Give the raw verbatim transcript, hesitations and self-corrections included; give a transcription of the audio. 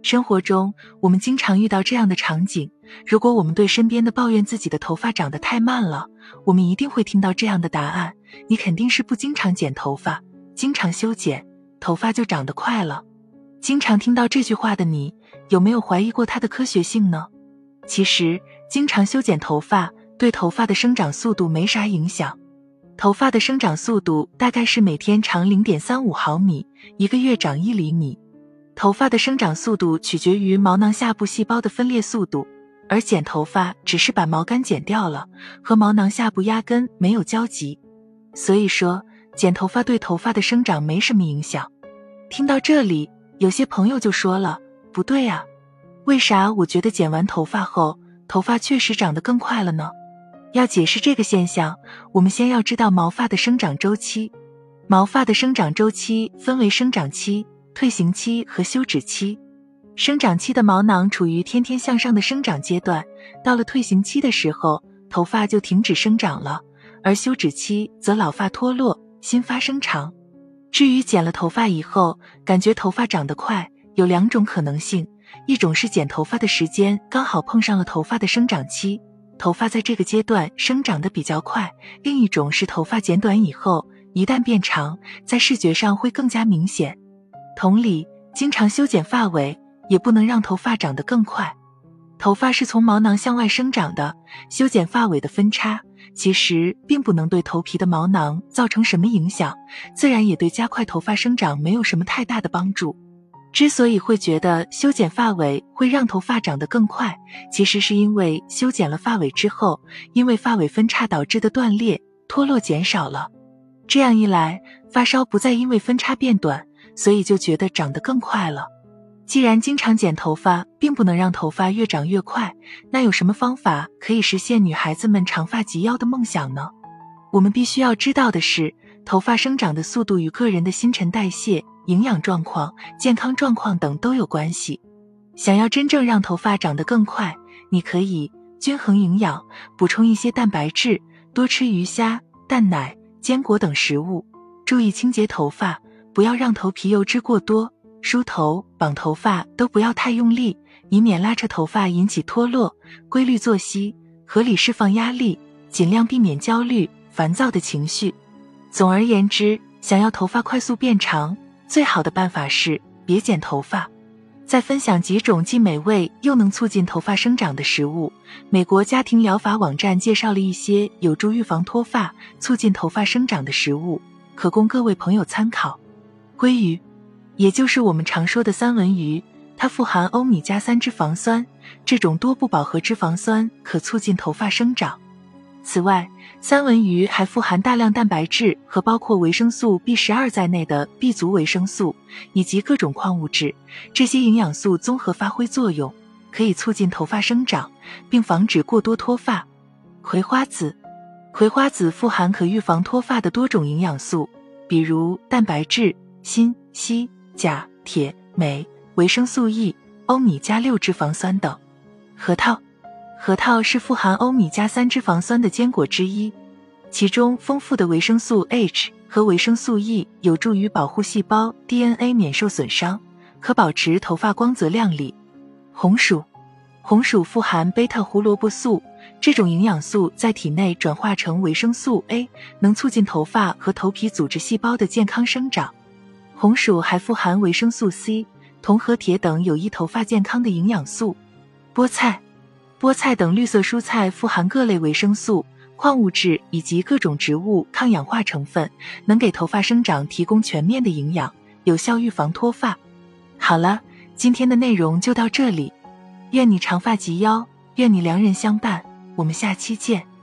生活中，我们经常遇到这样的场景，如果我们对身边的抱怨自己的头发长得太慢了，我们一定会听到这样的答案：你肯定是不经常剪头发，经常修剪，头发就长得快了。经常听到这句话的你，有没有怀疑过它的科学性呢？其实，经常修剪头发对头发的生长速度没啥影响。头发的生长速度大概是每天长 零点三五毫米，一个月长一厘米。头发的生长速度取决于毛囊下部细胞的分裂速度，而剪头发只是把毛干剪掉了，和毛囊下部压根没有交集。所以说，剪头发对头发的生长没什么影响。听到这里，有些朋友就说了，不对啊，为啥我觉得剪完头发后，头发确实长得更快了呢？要解释这个现象，我们先要知道毛发的生长周期。毛发的生长周期分为生长期、退行期和休止期。生长期的毛囊处于天天向上的生长阶段，到了退行期的时候，头发就停止生长了，而休止期则老发脱落，新发生长。至于剪了头发以后，感觉头发长得快，有两种可能性，一种是剪头发的时间刚好碰上了头发的生长期，头发在这个阶段生长得比较快，另一种是头发剪短以后，一旦变长，在视觉上会更加明显。同理，经常修剪发尾也不能让头发长得更快。头发是从毛囊向外生长的，修剪发尾的分叉其实并不能对头皮的毛囊造成什么影响，自然也对加快头发生长没有什么太大的帮助。之所以会觉得修剪发尾会让头发长得更快，其实是因为修剪了发尾之后，因为发尾分叉导致的断裂、脱落减少了。这样一来，发梢不再因为分叉变短，所以就觉得长得更快了。既然经常剪头发并不能让头发越长越快，那有什么方法可以实现女孩子们长发及腰的梦想呢？我们必须要知道的是，头发生长的速度与个人的新陈代谢、营养状况、健康状况等都有关系。想要真正让头发长得更快，你可以均衡营养，补充一些蛋白质，多吃鱼虾、蛋奶、坚果等食物，注意清洁头发，不要让头皮油脂过多，梳头、绑头发都不要太用力，以免拉扯头发引起脱落。规律作息，合理释放压力，尽量避免焦虑、烦躁的情绪。总而言之，想要头发快速变长，最好的办法是别剪头发。再分享几种既美味又能促进头发生长的食物。美国家庭疗法网站介绍了一些有助预防脱发、促进头发生长的食物，可供各位朋友参考。鲑鱼，也就是我们常说的三文鱼，它富含欧米伽三脂肪酸，这种多不饱和脂肪酸可促进头发生长。此外，三文鱼还富含大量蛋白质和包括维生素 B 十二 在内的 B 族维生素，以及各种矿物质，这些营养素综合发挥作用，可以促进头发生长，并防止过多脱发。葵花籽，葵花籽富含可预防脱发的多种营养素，比如蛋白质、锌、硒、钾、铁、镁、维生素 E、欧米伽六脂肪酸等。核桃，核桃是富含欧米伽三脂肪酸的坚果之一，其中丰富的维生素 H 和维生素 E 有助于保护细胞 D N A 免受损伤，可保持头发光泽亮丽。红薯，红薯富含贝塔胡萝卜素，这种营养素在体内转化成维生素 A， 能促进头发和头皮组织细胞的健康生长。红薯还富含维生素 C、铜和铁等有益头发健康的营养素。菠菜，菠菜等绿色蔬菜富含各类维生素、矿物质以及各种植物抗氧化成分，能给头发生长提供全面的营养，有效预防脱发。好了，今天的内容就到这里，愿你长发及腰，愿你良人相伴，我们下期见。